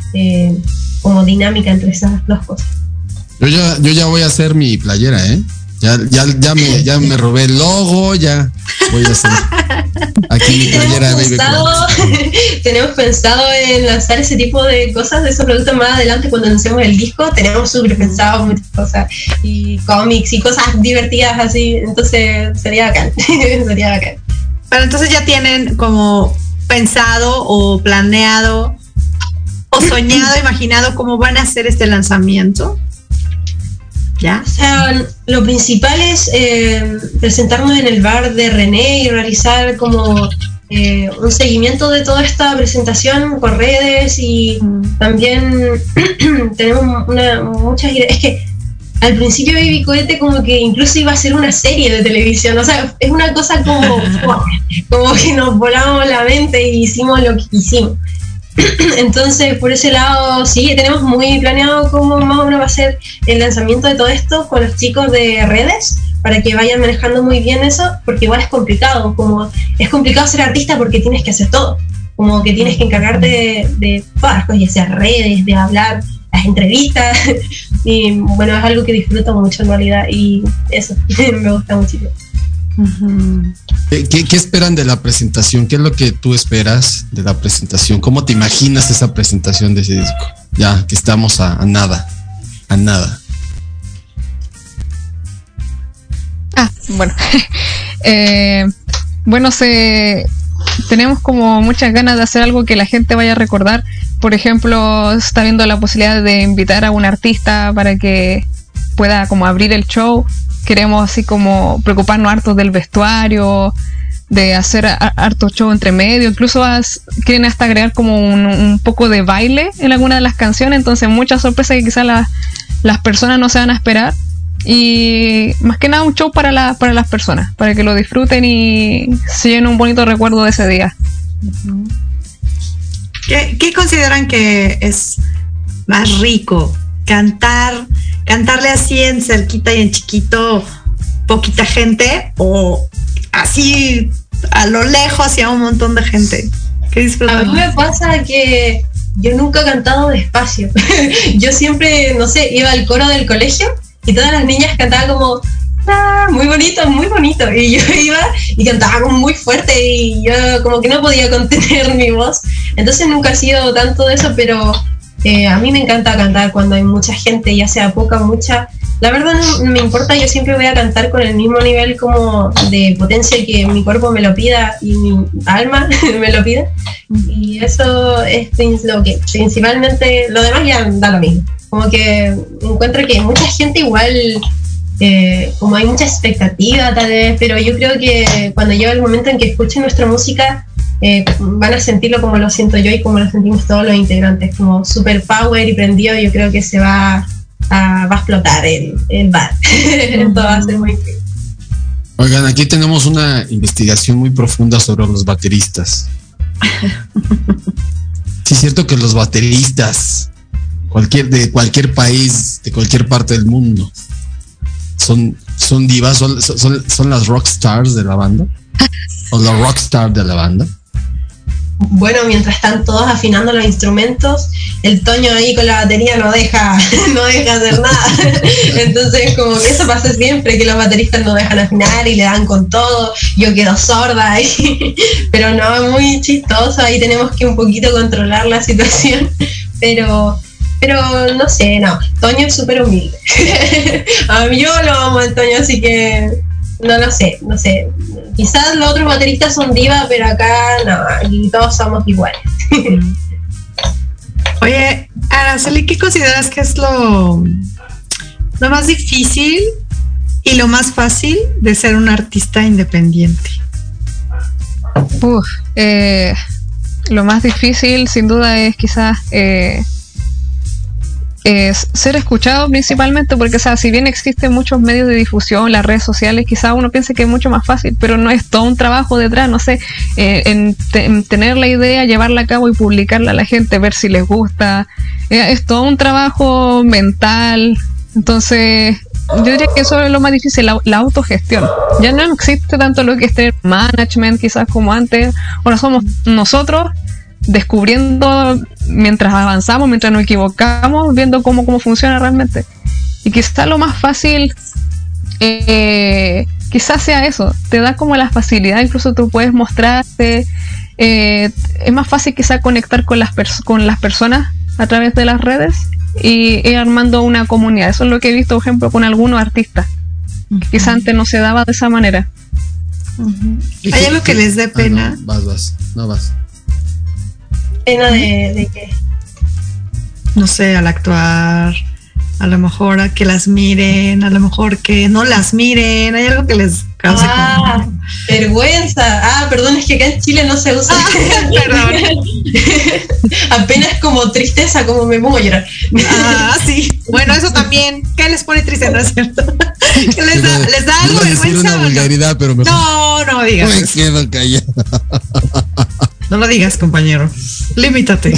dinámica entre esas dos cosas. Yo ya voy a hacer mi playera, ¿eh? Ya me robé el logo, ya voy a hacer aquí mi playera de Baby Crack. Tenemos pensado en lanzar ese tipo de cosas, de esos productos más adelante cuando lancemos el disco. Tenemos súper pensado muchas cosas y cómics y cosas divertidas así, entonces sería bacán. Sería bacán. Pero entonces ya tienen como pensado o planeado o soñado, imaginado cómo van a hacer este lanzamiento. ¿Ya? O sea, lo principal es presentarnos en el bar de René y realizar como un seguimiento de toda esta presentación por redes y también tenemos muchas ideas. Es que al principio Baby Cohete como que incluso iba a ser una serie de televisión, o sea, es una cosa como que nos volamos la mente y hicimos lo que quisimos. Entonces, por ese lado, sí, tenemos muy planeado cómo más o menos va a ser el lanzamiento de todo esto con los chicos de redes, para que vayan manejando muy bien eso, porque igual es complicado, como es complicado ser artista porque tienes que hacer todo, como que tienes que encargarte de todas las cosas, ya sea redes, de hablar, las entrevistas, y bueno, es algo que disfruto mucho en realidad, y eso, me gusta muchísimo. Uh-huh. ¿Qué esperan de la presentación? ¿Qué es lo que tú esperas de la presentación? ¿Cómo te imaginas esa presentación de ese disco? Ya que estamos a nada. Bueno. Bueno, tenemos como muchas ganas de hacer algo que la gente vaya a recordar. Por ejemplo, se está viendo la posibilidad de invitar a un artista para que pueda como abrir el show. Queremos así como preocuparnos harto del vestuario, de hacer harto show entre medio, incluso quieren hasta agregar como un poco de baile en alguna de las canciones, entonces muchas sorpresas que quizás las personas no se van a esperar, y más que nada un show para las personas, para que lo disfruten y se lleven un bonito recuerdo de ese día. ¿Qué consideran que es más rico? ¿Cantarle así en cerquita y en chiquito, poquita gente, o así a lo lejos hacia un montón de gente? ¿Qué disfrutan? A mí me pasa que yo nunca he cantado despacio. Yo siempre, no sé, iba al coro del colegio y todas las niñas cantaban como muy bonito, muy bonito, y yo iba y cantaba como muy fuerte y yo como que no podía contener mi voz, entonces nunca ha sido tanto de eso, pero a mí me encanta cantar cuando hay mucha gente, ya sea poca o mucha. La verdad no me importa, yo siempre voy a cantar con el mismo nivel como de potencia que mi cuerpo me lo pida y mi alma me lo pida. Y eso es lo que principalmente, lo demás ya da lo mismo. Como que encuentro que mucha gente igual, como hay mucha expectativa tal vez, pero yo creo que cuando llega el momento en que escuchen nuestra música, van a sentirlo como lo siento yo y como lo sentimos todos los integrantes, como super power y prendido. Yo creo que se va a explotar el bar. Todo va a ser muy increíble. Oigan, aquí tenemos una investigación muy profunda sobre los bateristas. Sí, es cierto que los bateristas, de cualquier país, de cualquier parte del mundo, son divas, son las rockstars de la banda, o los rockstar de la banda. Bueno, mientras están todos afinando los instrumentos, el Toño ahí con la batería no deja hacer nada. Entonces, como que eso pasa siempre, que los bateristas no dejan afinar y le dan con todo. Yo quedo sorda ahí. Pero no, es muy chistoso. Ahí tenemos que un poquito controlar la situación. Pero no sé, no. Toño es súper humilde. A mí yo lo amo al Toño, así que no lo sé. Quizás los otros bateristas son divas, pero acá no, y todos somos iguales. Oye, Araceli, ¿qué consideras que es lo más difícil y lo más fácil de ser un artista independiente? Lo más difícil, sin duda, es quizás es ser escuchado principalmente, porque, o sea, si bien existen muchos medios de difusión, las redes sociales, quizás uno piense que es mucho más fácil, pero no es todo un trabajo detrás, no sé, en tener la idea, llevarla a cabo y publicarla a la gente, ver si les gusta, es todo un trabajo mental. Entonces yo diría que eso es lo más difícil, la autogestión. Ya no existe tanto lo que es tener management quizás como antes, ahora somos nosotros descubriendo mientras avanzamos, mientras nos equivocamos, viendo cómo funciona realmente. Y quizás lo más fácil quizás sea eso, te da como la facilidad, incluso tú puedes mostrarte, es más fácil quizás conectar con las personas a través de las redes y ir armando una comunidad. Eso es lo que he visto, por ejemplo, con algunos artistas, que quizás antes no se daba de esa manera. ¿Hay algo que les dé pena? No vas. ¿Pena de qué? No sé, al actuar, a lo mejor a que las miren, a lo mejor que no las miren. ¿Hay algo que les cause como vergüenza? Perdón, es que acá en Chile no se usa. Perdón. Apenas como tristeza, como me pongo a llorar. Sí. Bueno, eso también. ¿Qué les pone triste, no es cierto? ¿Les da algo vergüenza? Decir una vulgaridad, pero mejor. No digas. Me quedo callado. No lo digas, compañero. Limítate.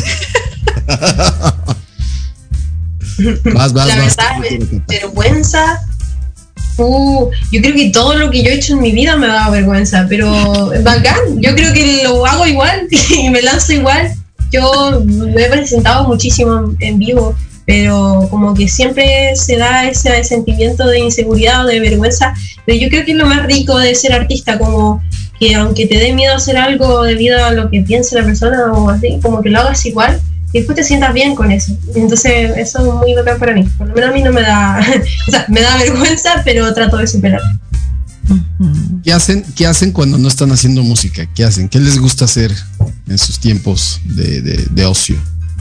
La verdad, vergüenza. Yo creo que todo lo que yo he hecho en mi vida me ha dado vergüenza, pero bacán. Yo creo que lo hago igual y me lanzo igual. Yo me he presentado muchísimo en vivo, pero como que siempre se da ese sentimiento de inseguridad o de vergüenza. Pero yo creo que es lo más rico de ser artista, como que aunque te dé miedo hacer algo debido a lo que piense la persona o así, como que lo hagas igual y después te sientas bien con eso. Entonces eso es muy bacán para mí. Por lo menos a mí no me da, o sea, me da vergüenza, pero trato de superar. ¿Qué hacen cuando no están haciendo música? ¿Qué hacen? ¿Qué les gusta hacer en sus tiempos de ocio?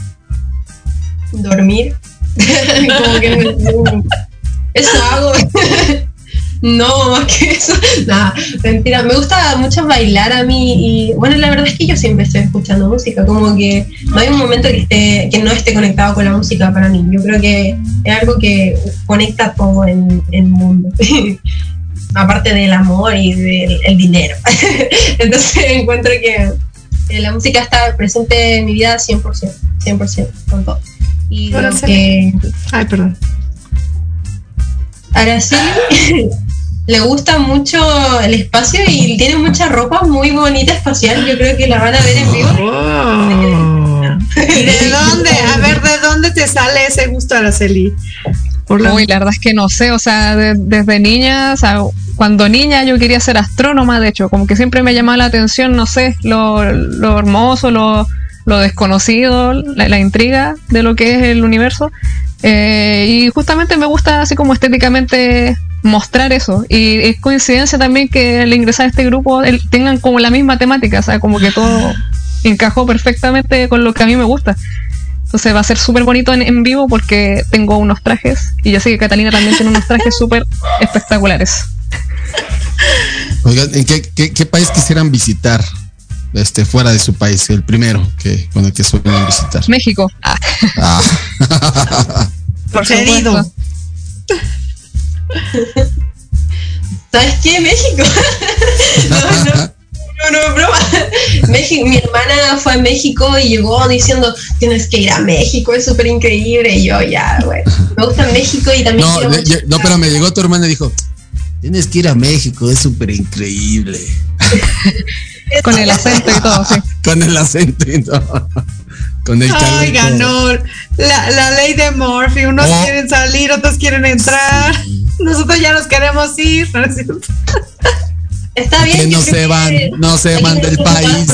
Dormir. Como que eso hago. No, más que eso, nada, mentira. Me gusta mucho bailar a mí y bueno, la verdad es que yo siempre estoy escuchando música, como que no hay un momento que no esté conectado con la música para mí. Yo creo que es algo que conecta todo en el mundo, aparte del amor y del dinero. Entonces encuentro que la música está presente en mi vida 100%, con todo. Y lo que... Ay, perdón. Araceli le gusta mucho el espacio y tiene mucha ropa muy bonita espacial. Yo creo que la van a ver en vivo. ¿Y de dónde? A ver, ¿de dónde te sale ese gusto, Araceli? Uy, la verdad es que no sé, o sea, desde niña, o sea, cuando niña yo quería ser astrónoma, de hecho, como que siempre me llamaba la atención, no sé, lo hermoso, lo desconocido, la intriga de lo que es el universo. Y justamente me gusta así como estéticamente mostrar eso, y es coincidencia también que al ingresar a este grupo tengan como la misma temática, o sea, como que todo encajó perfectamente con lo que a mí me gusta. Entonces va a ser súper bonito en vivo porque tengo unos trajes y yo sé que Catalina también tiene unos trajes súper espectaculares. Oigan, ¿en qué país quisieran visitar fuera de su país? El primero con el que suelen visitar. México. Por supuesto. ¿Sabes qué? México. No, broma. México, mi hermana fue a México y llegó diciendo, tienes que ir a México, es súper increíble. Y yo, ya, bueno, me gusta México y también No, pero me llegó tu hermana y dijo, tienes que ir a México, es súper increíble. Con el acento y todo, sí. Con el acento y todo. Con el calor. Ay, ganó la ley de Murphy. Unos quieren salir, otros quieren entrar. Sí. Nosotros ya nos queremos ir. Está bien. Que no se van del país.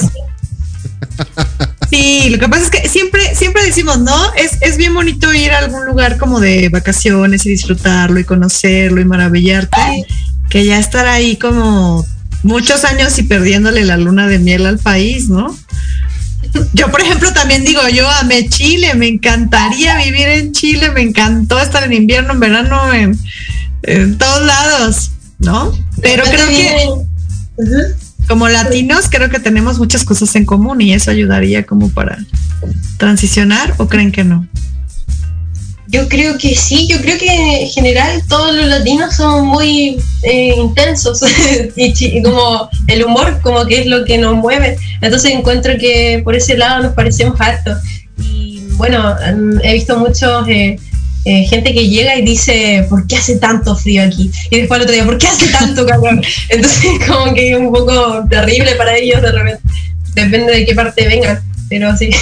Sí, lo que pasa es que siempre decimos, ¿no? Es bien bonito ir a algún lugar como de vacaciones y disfrutarlo y conocerlo y maravillarte. Ay. Que ya estar ahí como muchos años y perdiéndole la luna de miel al país, ¿no? Yo, por ejemplo, también digo, yo amé Chile, me encantaría vivir en Chile, me encantó estar en invierno, en verano, en todos lados, ¿no? Pero creo que como latinos creo que tenemos muchas cosas en común y eso ayudaría como para transicionar, ¿o creen que no? Yo creo que sí, yo creo que en general todos los latinos son muy intensos y como el humor como que es lo que nos mueve, entonces encuentro que por ese lado nos parecemos harto. Y bueno, he visto muchos gente que llega y dice, ¿por qué hace tanto frío aquí? Y después el otro día, ¿por qué hace tanto calor? Entonces como que es un poco terrible para ellos de repente, depende de qué parte vengan, pero sí.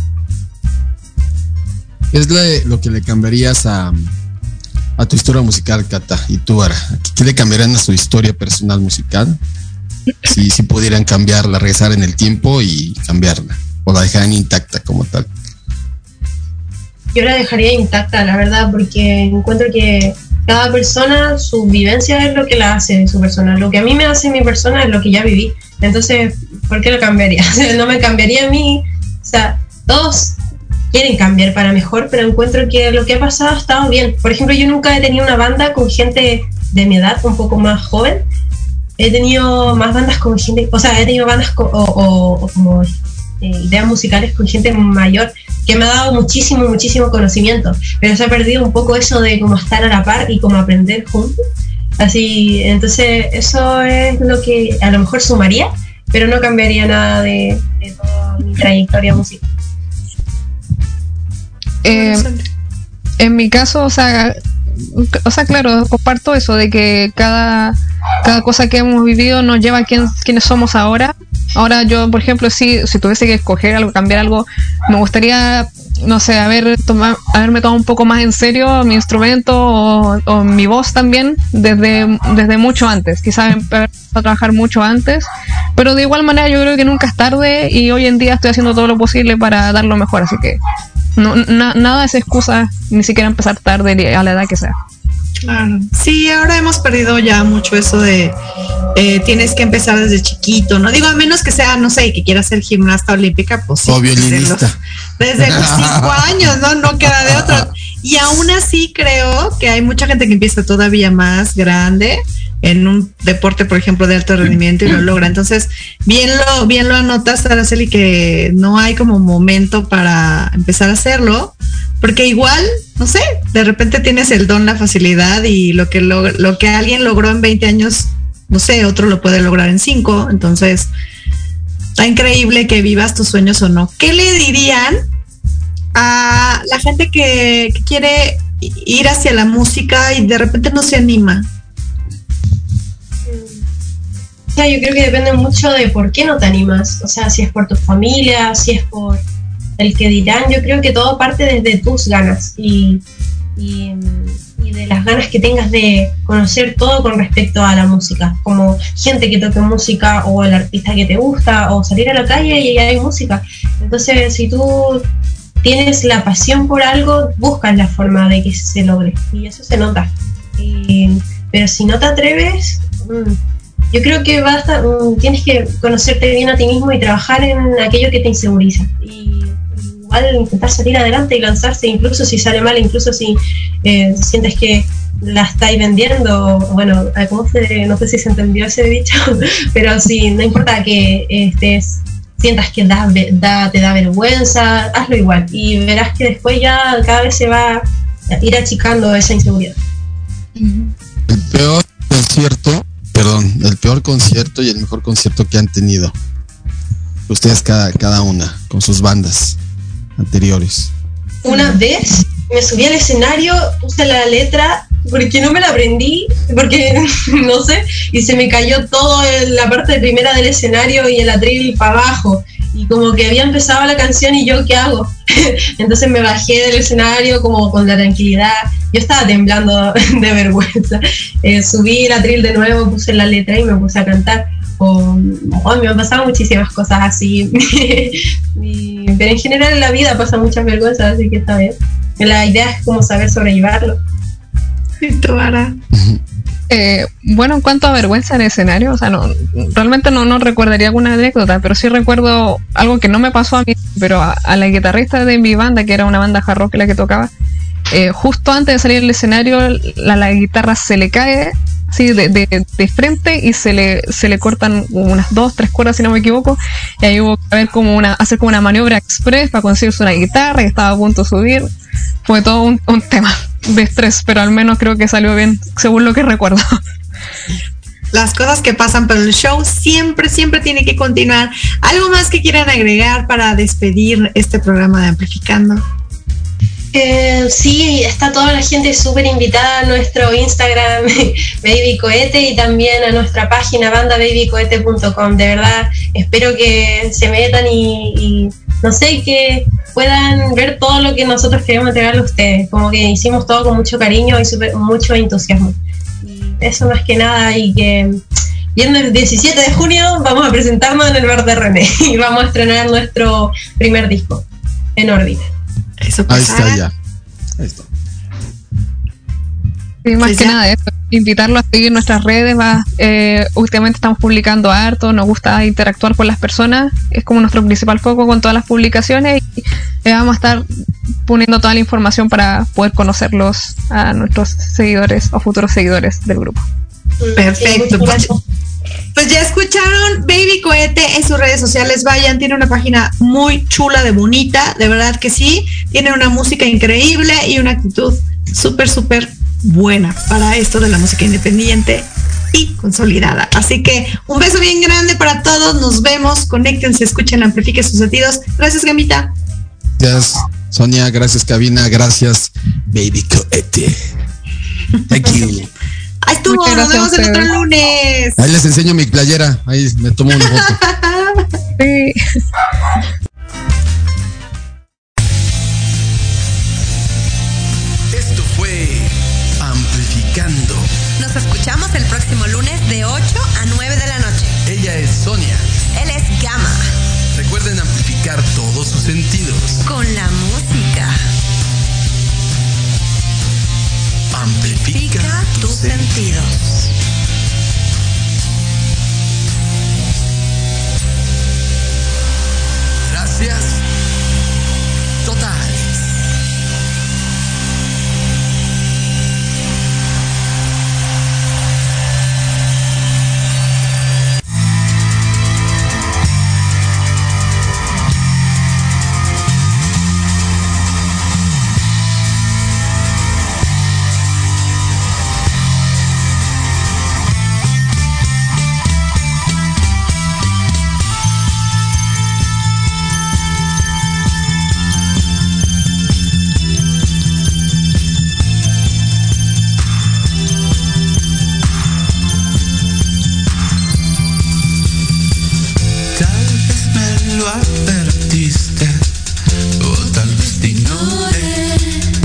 Es lo que le cambiarías a tu historia musical, Cata, y tú, Ara. ¿Qué le cambiarían a su historia personal musical? Si pudieran cambiarla, regresar en el tiempo y cambiarla, o la dejarían intacta como tal. Yo la dejaría intacta, la verdad, porque encuentro que cada persona, su vivencia es lo que la hace su persona. Lo que a mí me hace mi persona es lo que ya viví. Entonces, ¿por qué lo cambiaría? O sea, no me cambiaría a mí. O sea, todos quieren cambiar para mejor, pero encuentro que lo que ha pasado ha estado bien. Por ejemplo, yo nunca he tenido una banda con gente de mi edad, un poco más joven. He tenido más bandas con gente, o sea, he tenido bandas o como ideas musicales con gente mayor, que me ha dado muchísimo conocimiento, pero se ha perdido un poco eso de como estar a la par y como aprender juntos. Así, entonces eso es lo que a lo mejor sumaría, pero no cambiaría nada de toda mi trayectoria musical. En mi caso, o sea, claro, comparto eso de que cada cosa que hemos vivido nos lleva a quienes somos ahora. Ahora yo, por ejemplo, si tuviese que escoger algo, cambiar algo, me gustaría, no sé, haberme tomado un poco más en serio mi instrumento o mi voz también desde mucho antes. Quizás haber empezado a trabajar mucho antes, pero de igual manera yo creo que nunca es tarde y hoy en día estoy haciendo todo lo posible para dar lo mejor, así que nada es excusa, ni siquiera empezar tarde a la edad que sea. Claro. Sí, ahora hemos perdido ya mucho eso de tienes que empezar desde chiquito, no digo, a menos que sea, no sé, que quieras ser gimnasta olímpica, pues sí, o violinista desde los 5 años, no queda de otro. Y aún así creo que hay mucha gente que empieza todavía más grande en un deporte, por ejemplo, de alto rendimiento y lo logra. Entonces, bien lo anotas, Araceli, que no hay como momento para empezar a hacerlo, porque igual, no sé, de repente tienes el don, la facilidad y lo que alguien logró en 20 años, no sé, otro lo puede lograr en 5. Entonces, está increíble que vivas tus sueños o no. ¿Qué le dirían a la gente que quiere ir hacia la música y de repente no se anima? O sea, yo creo que depende mucho de por qué no te animas. O sea, si es por tu familia, si es por el que dirán. Yo creo que todo parte desde tus ganas y de las ganas que tengas de conocer todo con respecto a la música, como gente que toque música o el artista que te gusta, o salir a la calle y hay música. Entonces, si tú tienes la pasión por algo, buscas la forma de que se logre y eso se nota. Pero si no te atreves, yo creo que tienes que conocerte bien a ti mismo y trabajar en aquello que te inseguriza. Y igual intentar salir adelante y lanzarse, incluso si sale mal, incluso si sientes que la estáis vendiendo, bueno, no sé si se entendió ese dicho, pero sí, no importa que sientas que te da vergüenza, hazlo igual y verás que después ya cada vez se va a ir achicando esa inseguridad. El peor concierto Perdón, el peor concierto y el mejor concierto que han tenido. Ustedes cada una, con sus bandas anteriores. Una vez me subí al escenario, puse la letra, porque no me la aprendí, porque no sé, y se me cayó todo en la parte primera del escenario y el atril para abajo. Y como que había empezado la canción y yo, ¿qué hago? Entonces me bajé del escenario como con la tranquilidad. Yo estaba temblando de vergüenza. Subí el atril de nuevo, puse la letra y me puse a cantar. Me han pasado muchísimas cosas así. Pero en general en la vida pasan muchas vergüenzas, así que está bien. La idea es como saber sobrellevarlo. Bueno, en cuanto a vergüenza en escenario, o sea, realmente no recordaría alguna anécdota, pero sí recuerdo algo que no me pasó a mí, pero a la guitarrista de mi banda, que era una banda hard rock la que tocaba, justo antes de salir del escenario, la guitarra se le cae así de frente y se le cortan unas 2-3 cuerdas, si no me equivoco, y ahí hubo que hacer como una maniobra express para conseguirse una guitarra y estaba a punto de subir. Fue todo un tema de estrés, pero al menos creo que salió bien, según lo que recuerdo. Las cosas que pasan, pero el show siempre tiene que continuar. ¿Algo más que quieran agregar para despedir este programa de Amplificando? Sí, está toda la gente súper invitada a nuestro Instagram Baby Cohete y también a nuestra página bandababycohete.com. De verdad, espero que se metan y no sé, que puedan ver todo lo que nosotros queremos entregarle a ustedes. Como que hicimos todo con mucho cariño y mucho entusiasmo. Y eso más que nada, y que viernes 17 de junio vamos a presentarnos en el Bar de René y vamos a estrenar nuestro primer disco, En órbita. Eso Ahí está ya. Ahí está. Sí, más que nada eso, invitarlos a seguir nuestras redes. Últimamente estamos publicando harto, nos gusta interactuar con las personas, es como nuestro principal foco con todas las publicaciones, y vamos a estar poniendo toda la información para poder conocerlos a nuestros seguidores o futuros seguidores del grupo. Perfecto. Pues ya escucharon, Baby Cohete en sus redes sociales, vayan, tiene una página muy chula, de bonita, de verdad que sí, tiene una música increíble y una actitud súper buena para esto de la música independiente y consolidada. Así que un beso bien grande para todos, nos vemos, conéctense, escuchen, amplifiquen sus sentidos. Gracias, Gamita. Gracias, Sonia, gracias, cabina, gracias, Baby Cohete. Thank you. Ahí estuvo, nos vemos el otro lunes. Ahí les enseño mi playera, ahí me tomo una foto. Sí. Esto fue Amplificando. Nos escuchamos el próximo lunes de 8 a 9 de la noche. Ella es Sonia. Él es Gama. Recuerden amplificar todos sus sentidos. Con la música. Amplifica tus sentidos. Gracias totales. Advertiste, o tal vez te ignore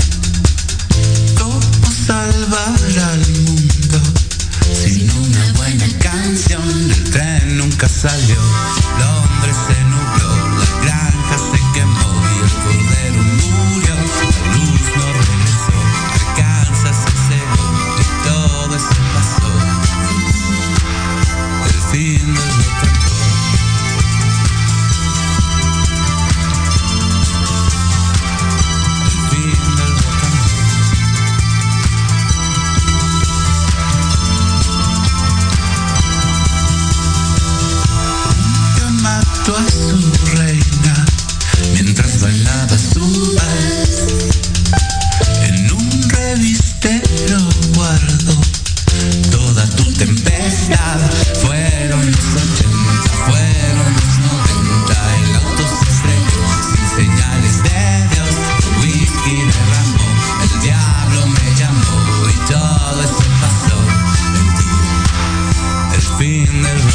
cómo salvar al mundo sin una buena canción. El tren nunca salió, Londres se nubló, la granja se quemó y el cordero murió. La luz no regresó, Arkansas se cegó y todo eso pasó. El fin del rock and roll. A su reina mientras bailaba su vals. En un revistero guardo toda tu tempestad. fin del